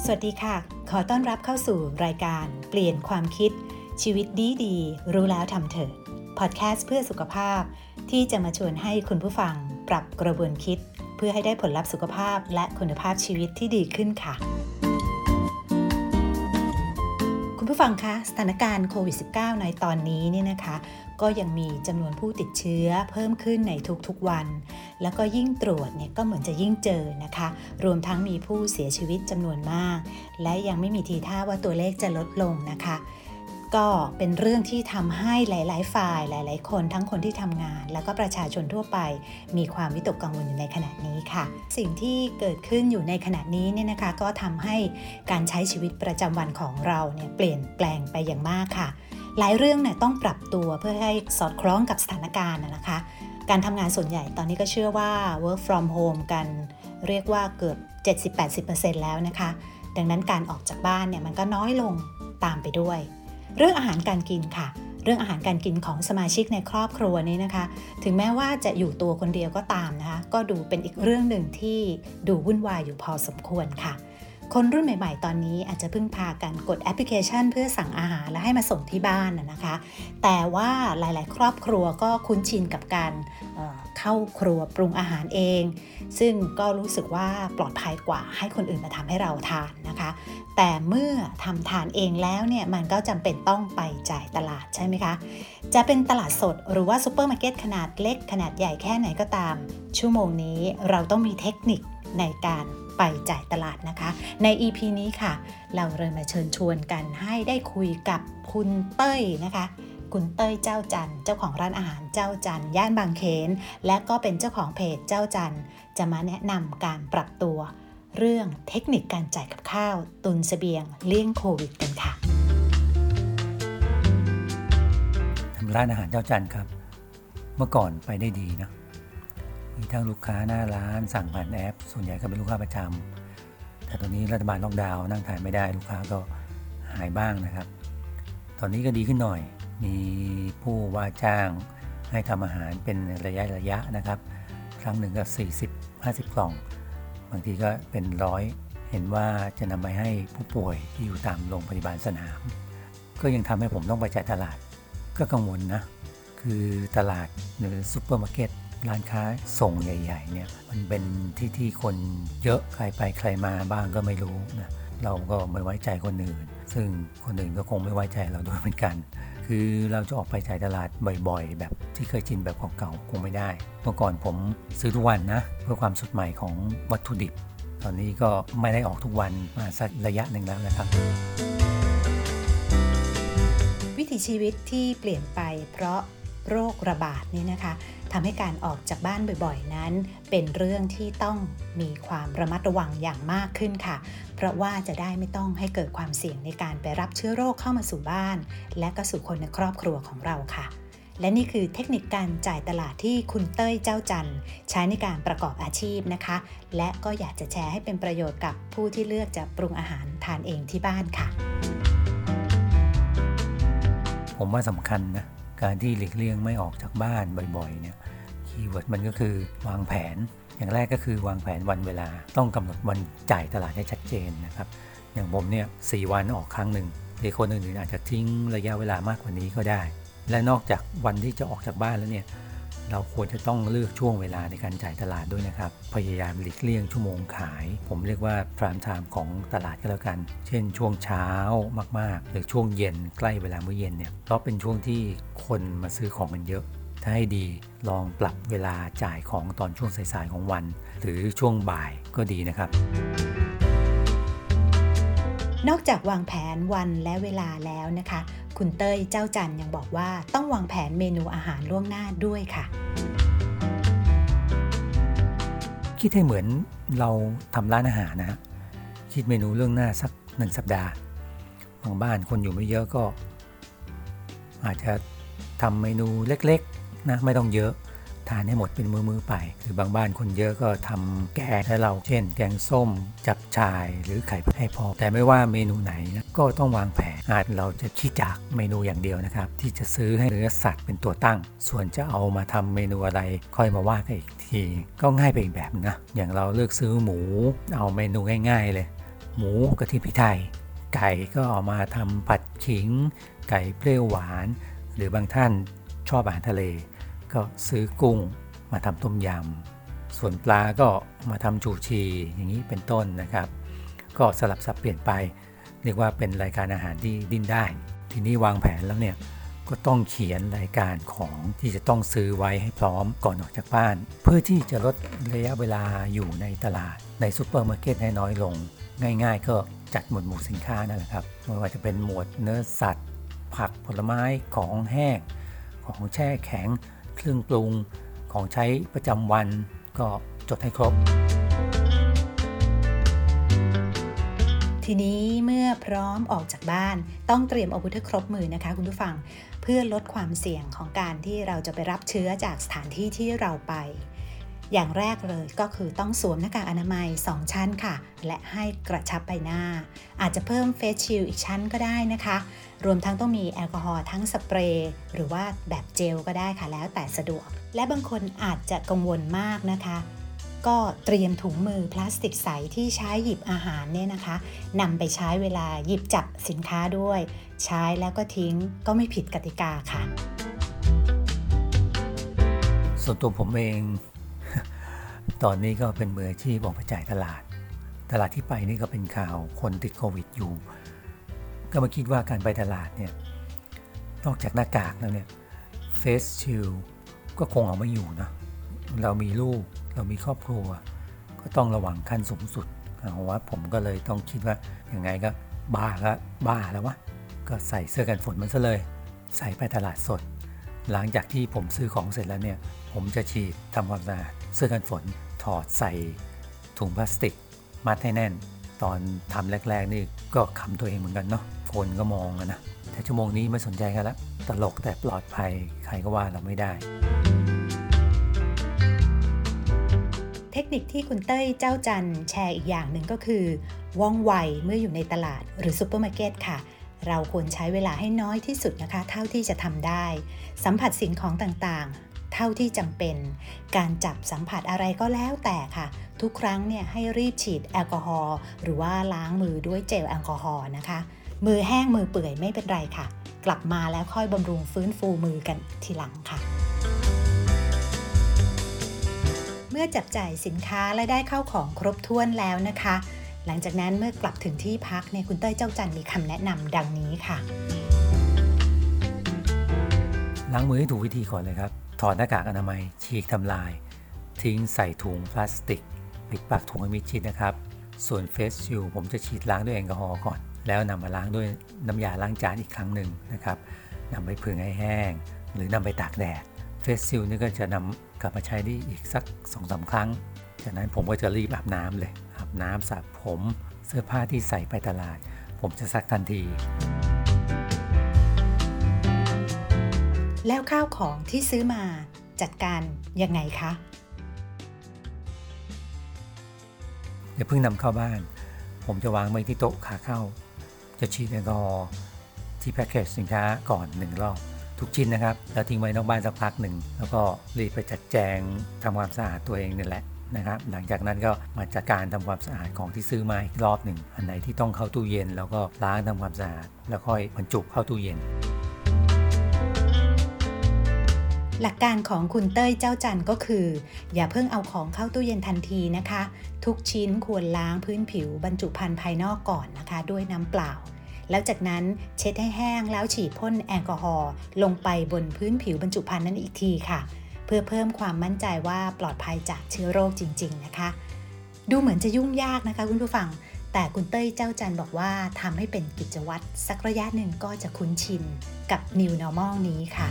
สวัสดีค่ะขอต้อนรับเข้าสู่รายการเปลี่ยนความคิดชีวิตดีรู้แล้วทำเถอะพอดแคสต์เพื่อสุขภาพที่จะมาชวนให้คุณผู้ฟังปรับกระบวนคิดเพื่อให้ได้ผลลัพธ์สุขภาพและคุณภาพชีวิตที่ดีขึ้นค่ะคุณผู้ฟังคะสถานการณ์โควิด -19 ในตอนนี้เนี่ยนะคะก็ยังมีจำนวนผู้ติดเชื้อเพิ่มขึ้นในทุกๆวันแล้วก็ยิ่งตรวจเนี่ยก็เหมือนจะยิ่งเจอนะคะรวมทั้งมีผู้เสียชีวิตจำนวนมากและยังไม่มีทีท่าว่าตัวเลขจะลดลงนะคะก็เป็นเรื่องที่ทำให้หลายๆฝ่ายหลายๆคนทั้งคนที่ทำงานแล้วก็ประชาชนทั่วไปมีความวิตกกังวลอยู่ในขณะนี้ค่ะสิ่งที่เกิดขึ้นอยู่ในขณะนี้เนี่ยนะคะก็ทำให้การใช้ชีวิตประจำวันของเราเนี่ยเปลี่ยนแปลงไปอย่างมากค่ะหลายเรื่องเนี่ยต้องปรับตัวเพื่อให้สอดคล้องกับสถานการณ์นะคะการทำงานส่วนใหญ่ตอนนี้ก็เชื่อว่า work from home กันเรียกว่าเกือบ 70-80% แล้วนะคะดังนั้นการออกจากบ้านเนี่ยมันก็น้อยลงตามไปด้วยเรื่องอาหารการกินค่ะเรื่องอาหารการกินของสมาชิกในครอบครัวนี้นะคะถึงแม้ว่าจะอยู่ตัวคนเดียวก็ตามนะคะก็ดูเป็นอีกเรื่องหนึ่งที่ดูวุ่นวายอยู่พอสมควรค่ะคนรุ่นใหม่ๆตอนนี้อาจจะพึ่งพากันกดแอปพลิเคชันเพื่อสั่งอาหารและให้มาส่งที่บ้านนะคะแต่ว่าหลายๆครอบครัวก็คุ้นชินกับการเข้าครัวปรุงอาหารเองซึ่งก็รู้สึกว่าปลอดภัยกว่าให้คนอื่นมาทำให้เราทานนะคะแต่เมื่อทำทานเองแล้วเนี่ยมันก็จำเป็นต้องไปจ่ายตลาดใช่ไหมคะจะเป็นตลาดสดหรือว่าซูเปอร์มาร์เก็ตขนาดเล็กขนาดใหญ่แค่ไหนก็ตามชั่วโมงนี้เราต้องมีเทคนิคในการไปจ่ายตลาดนะคะใน EP นี้ค่ะเราเลยมาเชิญชวนกันให้ได้คุยกับคุณเต้ยนะคะคุณเต้ยเจ้าจันเจ้าของร้านอาหารเจ้าจันย่านบางเขนและก็เป็นเจ้าของเพจเจ้าจันจะมาแนะนำการปรับตัวเรื่องเทคนิคการจ่ายกับข้าวตุนเสบียงเลี่ยงโควิดกันค่ะทำร้านอาหารเจ้าจันครับเมื่อก่อนไปได้ดีนะมีทั้งลูกค้าหน้าร้านสั่งผ่านแอปส่วนใหญ่ก็เป็นลูกค้าประจำแต่ตอนนี้รัฐบาลล็อกดาวน์นั่งทานไม่ได้ลูกค้าก็หายบ้างนะครับตอนนี้ก็ดีขึ้นหน่อยมีผู้ว่าจ้างให้ทำอาหารเป็นระยะนะครับครั้งหนึ่งก็40-50 กล่องบางทีก็เป็น100เห็นว่าจะนำไปให้ผู้ป่วยที่อยู่ตามโรงพยาบาลสนามก็ยังทำให้ผมต้องไปจ่ายตลาดก็กังวลนะคือตลาดหรือซุปเปอร์มาร์เก็ตร้านค้าส่งใหญ่ๆเนี่ยมันเป็นที่คนเยอะใครไปใครมาบ้างก็ไม่รู้นะเราก็ไม่ไว้ใจคนอื่นซึ่งคนอื่นก็คงไม่ไว้ใจเราด้วยเหมือนกันคือเราจะออกไปจ่ายตลาดบ่อยๆแบบที่เคยชินแบบเก่าๆคงไม่ได้เมื่อก่อนผมซื้อทุกวันนะเพื่อความสดใหม่ของวัตถุดิบตอนนี้ก็ไม่ได้ออกทุกวันมาสักระยะหนึ่งแล้วนะครับวิถีชีวิตที่เปลี่ยนไปเพราะโรคระบาดนี้นะคะทำให้การออกจากบ้านบ่อยๆนั้นเป็นเรื่องที่ต้องมีความระมัดระวังอย่างมากขึ้นค่ะเพราะว่าจะได้ไม่ต้องให้เกิดความเสี่ยงในการไปรับเชื้อโรคเข้ามาสู่บ้านและก็สู่คนในครอบครัวของเราค่ะและนี่คือเทคนิคการจ่ายตลาดที่คุณเต้ยเจ้าจันใช้ในการประกอบอาชีพนะคะและก็อยากจะแชร์ให้เป็นประโยชน์กับผู้ที่เลือกจะปรุงอาหารทานเองที่บ้านค่ะผมว่าสำคัญนะการที่หลีกเลี่ยงไม่ออกจากบ้านบ่อยๆเนี่ยคีย์เวิร์ดมันก็คือวางแผนอย่างแรกก็คือวางแผนวันเวลาต้องกำหนดวันจ่ายตลาดให้ชัดเจนนะครับอย่างผมเนี่ย4 วันออกครั้งหนึ่งแต่คนอื่นๆอาจจะทิ้งระยะเวลามากกว่านี้ก็ได้และนอกจากวันที่จะออกจากบ้านแล้วเนี่ยเราควรจะต้องเลือกช่วงเวลาในการจ่ายตลาดด้วยนะครับพยายามหลีกเลี่ยงชั่วโมงขายผมเรียกว่า prime time ของตลาดก็แล้วกันเช่นช่วงเช้ามากๆหรือช่วงเย็นใกล้เวลามื้อเย็นเนี่ยเพราะเป็นช่วงที่คนมาซื้อของกันเยอะถ้าให้ดีลองปรับเวลาจ่ายของตอนช่วงสายๆของวันหรือช่วงบ่ายก็ดีนะครับนอกจากวางแผนวันและเวลาแล้วนะคะคุณเต้ยเจ้าจันยังบอกว่าต้องวางแผนเมนูอาหารล่วงหน้าด้วยค่ะคิดให้เหมือนเราทำร้านอาหารนะฮะคิดเมนูล่วงหน้าสัก1 สัปดาห์บางบ้านคนอยู่ไม่เยอะก็อาจจะทำเมนูเล็กๆนะไม่ต้องเยอะทานให้หมดเป็นมื้อๆไปหรือบางบ้านคนเยอะก็ทำแกงให้เราเช่นแกงส้มจับฉ่ายหรือไข่ให้พอแต่ไม่ว่าเมนูไหนนะก็ต้องวางแผนอาจเราจะคิดจากเมนูอย่างเดียวนะครับที่จะซื้อให้เนื้อสัตว์เป็นตัวตั้งส่วนจะเอามาทำเมนูอะไรค่อยมาว่ากันอีกทีก็ง่ายไปอีกแบบนะอย่างเราเลือกซื้อหมูเอาเมนูง่ายๆเลยหมูกระเทียมพริกไทยไก่ก็เอามาทำผัดขิงไก่เปรี้ยวหวานหรือบางท่านชอบอาหารทะเลก็ซื้อกุ้งมาทำต้มยำส่วนปลาก็มาทำชูชีอย่างนี้เป็นต้นนะครับก็สลับสับเปลี่ยนไปเรียกว่าเป็นรายการอาหารที่ดิ้นได้ทีนี้วางแผนแล้วเนี่ยก็ต้องเขียนรายการของที่จะต้องซื้อไว้ให้พร้อมก่อนออกจากบ้านเพื่อที่จะลดระยะเวลาอยู่ในตลาดในซุปเปอร์มาร์เก็ตให้น้อยลงง่ายๆก็จัดหมวดหมู่สินค้านั่นแหละครับไม่ว่าจะเป็นหมวดเนื้อสัตว์ผักผลไม้ของแห้งของแช่แข็งเครื่องปรุงของใช้ประจำวันก็จดให้ครบทีนี้เมื่อพร้อมออกจากบ้านต้องเตรียมอาวุธให้ครบมือนะคะคุณผู้ฟังเพื่อลดความเสี่ยงของการที่เราจะไปรับเชื้อจากสถานที่ที่เราไปอย่างแรกเลยก็คือต้องสวมหน้ากากอนามัย2ชั้นค่ะและให้กระชับใบหน้าอาจจะเพิ่มเฟสชิลด์อีกชั้นก็ได้นะคะรวมทั้งต้องมีแอลกอฮอล์ทั้งสเปรย์หรือว่าแบบเจลก็ได้ค่ะแล้วแต่สะดวกและบางคนอาจจะกังวลมากนะคะก็เตรียมถุงมือพลาสติกใสที่ใช้หยิบอาหารเนี่ยนะคะนำไปใช้เวลาหยิบจับสินค้าด้วยใช้แล้วก็ทิ้งก็ไม่ผิดกติกาค่ะส่วนตัวผมเอง ตอนนี้ก็เป็นมืออาชีพออกไปจ่ายตลาดที่ไปนี่ก็เป็นข่าวคนติดโควิดอยู่ก็มาคิดว่าการไปตลาดเนี่ยนอกจากหน้ากากแล้วเนี่ยเฟสชิลด์ก็คงเอาไม่อยู่นะเรามีลูกเรามีครอบครัวก็ต้องระวังขั้นสูงสุดเพราะว่าผมก็เลยต้องคิดว่ายังไงก็บ้าแล้ววะก็ใส่เสื้อกันฝนมันซะเลยใส่ไปตลาดสดหลังจากที่ผมซื้อของเสร็จแล้วเนี่ยผมจะฉีดทำความสะอาดเสื้อกันฝนถอดใส่ถุงพลาสติกมัดให้แน่นตอนทำแรกๆนี่ก็ขำตัวเองเหมือนกันเนาะคนก็มองนะแต่ชั่วโมงนี้ไม่สนใจกันแล้วตลกแต่ปลอดภัยใครก็ว่าเราไม่ได้เทคนิคที่คุณเต้ยเจ้าจันแชร์อีกอย่างหนึ่งก็คือว่องไวเมื่ออยู่ในตลาดหรือซุปเปอร์มาร์เก็ตค่ะเราควรใช้เวลาให้น้อยที่สุดนะคะเท่าที่จะทำได้สัมผัสสิ่งของต่างๆเท่าที่จำเป็นการจับสัมผัสอะไรก็แล้วแต่ค่ะทุกครั้งเนี่ยให้รีบฉีดแอลกอฮอล์หรือว่าล้างมือด้วยเจลแอลกอฮอล์นะคะมือแห้งมือเปื่อยไม่เป็นไรค่ะกลับมาแล้วค่อยบำรุงฟื้นฟูมือกันทีหลังค่ะเมื่อจับจ่ายสินค้าและได้เข้าของครบถ้วนแล้วนะคะหลังจากนั้นเมื่อกลับถึงที่พักเนี่ยคุณเต้ยเจ้าจันมีคำแนะนำดังนี้ค่ะล้างมือให้ถูกวิธีก่อนเลยครับถอดหน้ากากอนามัยฉีกทำลายทิ้งใส่ถุงพลาสติกปิดปากถุงให้มิดชิดนะครับส่วนเฟสชิลด์ผมจะฉีดล้างด้วยแอลกอฮอล์ก่อนแล้วนำมาล้างด้วยน้ำยาล้างจานอีกครั้งหนึ่งนะครับนำไปผึ่งให้แห้งหรือนำไปตากแดดเฟสชิลด์นี่ก็จะนำกลับมาใช้ได้อีกสัก 2-3 ครั้งจากนั้นผมก็จะรีบอาบน้ำเลยอาบน้ำสระผมเสื้อผ้าที่ใส่ไปตลาดผมจะซักทันทีแล้วข้าวของที่ซื้อมาจัดการยังไงคะอย่าเพิ่งนำเข้าบ้านผมจะวางไว้ที่โต๊ะขาเข้าจะฉีดแอลกอฮอล์ที่แพ็คเกจสินค้าก่อน1 รอบทุกชิ้นนะครับแล้วทิ้งไว้นอกบ้านสักพักหนึ่งแล้วก็รีบไปจัดแจงทำความสะอาดตัวเองนี่แหละนะครับหลังจากนั้นก็มาจัดการทำความสะอาดของที่ซื้อมาอีกรอบหนึ่งอันไหนที่ต้องเข้าตู้เย็นแล้วก็ล้างทำความสะอาดแล้วค่อยบรรจุเข้าตู้เย็นหลักการของคุณเต้ยเจ้าจันก็คืออย่าเพิ่งเอาของเข้าตู้เย็นทันทีนะคะทุกชิ้นควรล้างพื้นผิวบรรจุภัณฑ์ภายนอกก่อนนะคะด้วยน้ำเปล่าแล้วจากนั้นเช็ดให้แห้งแล้วฉีดพ่นแอลกอฮอล์ลงไปบนพื้นผิวบรรจุภัณฑ์นั้นอีกทีค่ะเพื่อเพิ่มความมั่นใจว่าปลอดภัยจากเชื้อโรคจริงๆนะคะดูเหมือนจะยุ่งยากนะคะคุณผู้ฟังแต่คุณเต้ยเจ้าจันบอกว่าทำให้เป็นกิจวัตรสักระยะหนึ่งก็จะคุ้นชินกับ New Normal นี้ค่ะ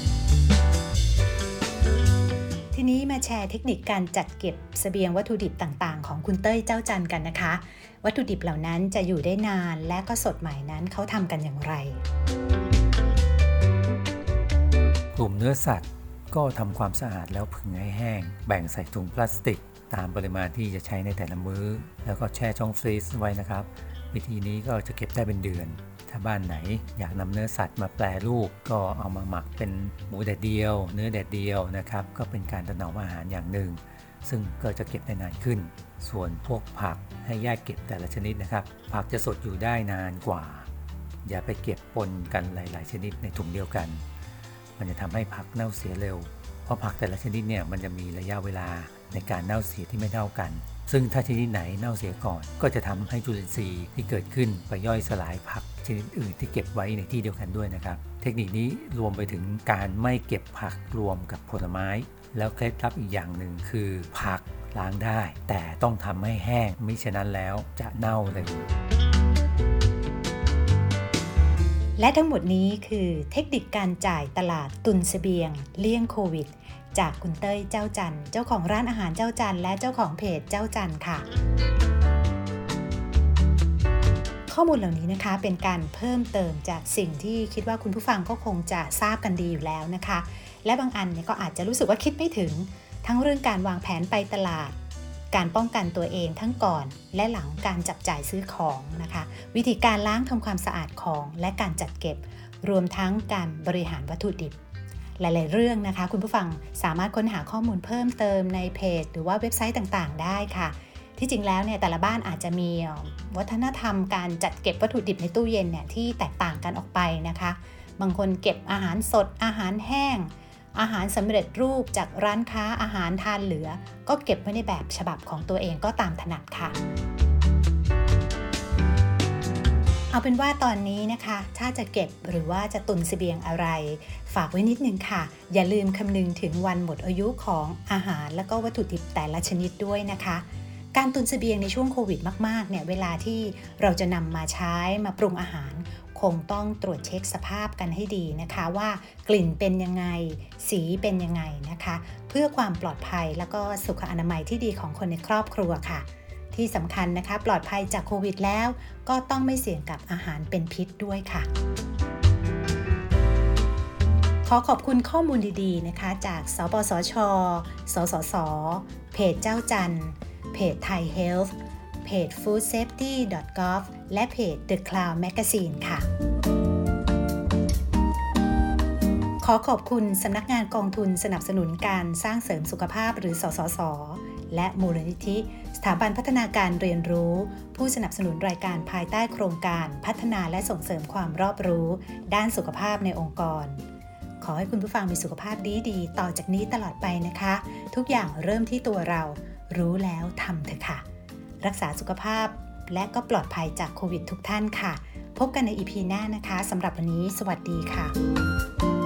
ทีนี้มาแชร์เทคนิคการจัดเก็บเสบียงวัตถุดิบต่างๆของคุณเต้ยเจ้าจันกันนะคะวัตถุดิบเหล่านั้นจะอยู่ได้นานและก็สดใหม่นั้นเขาทำกันอย่างไรกลุ่มเนื้อสัตว์ก็ทำความสะอาดแล้วผึ่งให้แห้งแบ่งใส่ถุงพลาสติกตามปริมาณที่จะใช้ในแต่ละมื้อแล้วก็แช่ช่องฟรีซไว้นะครับวิธีนี้ก็จะเก็บได้เป็นเดือนถ้าบ้านไหนอยากนำเนื้อสัตว์มาแปรรูปก็เอามาหมักเป็นหมูแดดเดียวเนื้อแดดเดียวนะครับก็เป็นการถนอมอาหารอย่างหนึ่งซึ่งก็จะเก็บได้นานขึ้นส่วนพวกผักให้แยกเก็บแต่ละชนิดนะครับผักจะสดอยู่ได้นานกว่าอย่าไปเก็บปนกันหลายๆชนิดในถุงเดียวกันมันจะทำให้ผักเน่าเสียเร็วเพราะผักแต่ละชนิดเนี่ยมันจะมีระยะเวลาในการเน่าเสียที่ไม่เท่ากันซึ่งถ้าชนิดไหนเน่าเสียก่อนก็จะทำให้จุลินทรีย์ที่เกิดขึ้นไปย่อยสลายผักชนิดอื่นที่เก็บไว้ในที่เดียวกันด้วยนะครับเทคนิคนี้รวมไปถึงการไม่เก็บผักรวมกับผลไม้แล้วเคล็ดลับอีกอย่างหนึ่งคือผักล้างได้แต่ต้องทำให้แห้งมิฉะนั้นแล้วจะเน่าเร็วและทั้งหมดนี้คือเทคนิคการจ่ายตลาดตุนเสบียงเลี่ยงโควิดจากคุณเต้ยเจ้าจันเจ้าของร้านอาหารเจ้าจันและเจ้าของเพจเจ้าจันค่ะข้อมูลเหล่านี้นะคะเป็นการเพิ่มเติมจากสิ่งที่คิดว่าคุณผู้ฟังก็คงจะทราบกันดีอยู่แล้วนะคะและบางอันเนี่ยก็อาจจะรู้สึกว่าคิดไม่ถึงทั้งเรื่องการวางแผนไปตลาดการป้องกันตัวเองทั้งก่อนและหลังการจับจ่ายซื้อของนะคะวิธีการล้างทำความสะอาดของและการจัดเก็บรวมทั้งการบริหารวัตถุดิบหลายๆเรื่องนะคะคุณผู้ฟังสามารถค้นหาข้อมูลเพิ่มเติมในเพจหรือว่าเว็บไซต์ต่างๆได้ค่ะที่จริงแล้วเนี่ยแต่ละบ้านอาจจะมีวัฒนธรรมการจัดเก็บวัตถุดิบในตู้เย็นเนี่ยที่แตกต่างกันออกไปนะคะบางคนเก็บอาหารสดอาหารแห้งอาหารสำเร็จรูปจากร้านค้าอาหารทานเหลือก็เก็บไว้ในแบบฉบับของตัวเองก็ตามถนัดค่ะเอาเป็นว่าตอนนี้นะคะถ้าจะเก็บหรือว่าจะตุนเสบียงอะไรฝากไว้นิดนึงค่ะอย่าลืมคำนึงถึงวันหมดอายุของอาหารและก็วัตถุดิบแต่ละชนิดด้วยนะคะการตุนเสบียงในช่วงโควิดมากๆเนี่ยเวลาที่เราจะนำมาใช้มาปรุงอาหารคงต้องตรวจเช็คสภาพกันให้ดีนะคะว่ากลิ่นเป็นยังไงสีเป็นยังไงนะคะเพื่อความปลอดภัยแล้วก็สุขอนามัยที่ดีของคนในครอบครัวค่ะที่สำคัญนะคะปลอดภัยจากโควิดแล้วก็ต้องไม่เสี่ยงกับอาหารเป็นพิษด้วยค่ะขอขอบคุณข้อมูลดีๆนะคะจากสปสช.สสส.เพจเจ้าจันเพจ Thai Health เพจ foodsafety.gov และเพจ The Cloud Magazine ค่ะขอขอบคุณสำนักงานกองทุนสนับสนุนการสร้างเสริมสุขภาพหรือสสส.และมูลนิธิสถาบันพัฒนาการเรียนรู้ผู้สนับสนุนรายการภายใต้โครงการพัฒนาและส่งเสริมความรอบรู้ด้านสุขภาพในองค์กรขอให้คุณผู้ฟังมีสุขภาพดีๆต่อจากนี้ตลอดไปนะคะทุกอย่างเริ่มที่ตัวเรารู้แล้วทำเถอะค่ะรักษาสุขภาพและก็ปลอดภัยจากโควิดทุกท่านค่ะพบกันใน EP หน้านะคะสำหรับวันนี้สวัสดีค่ะ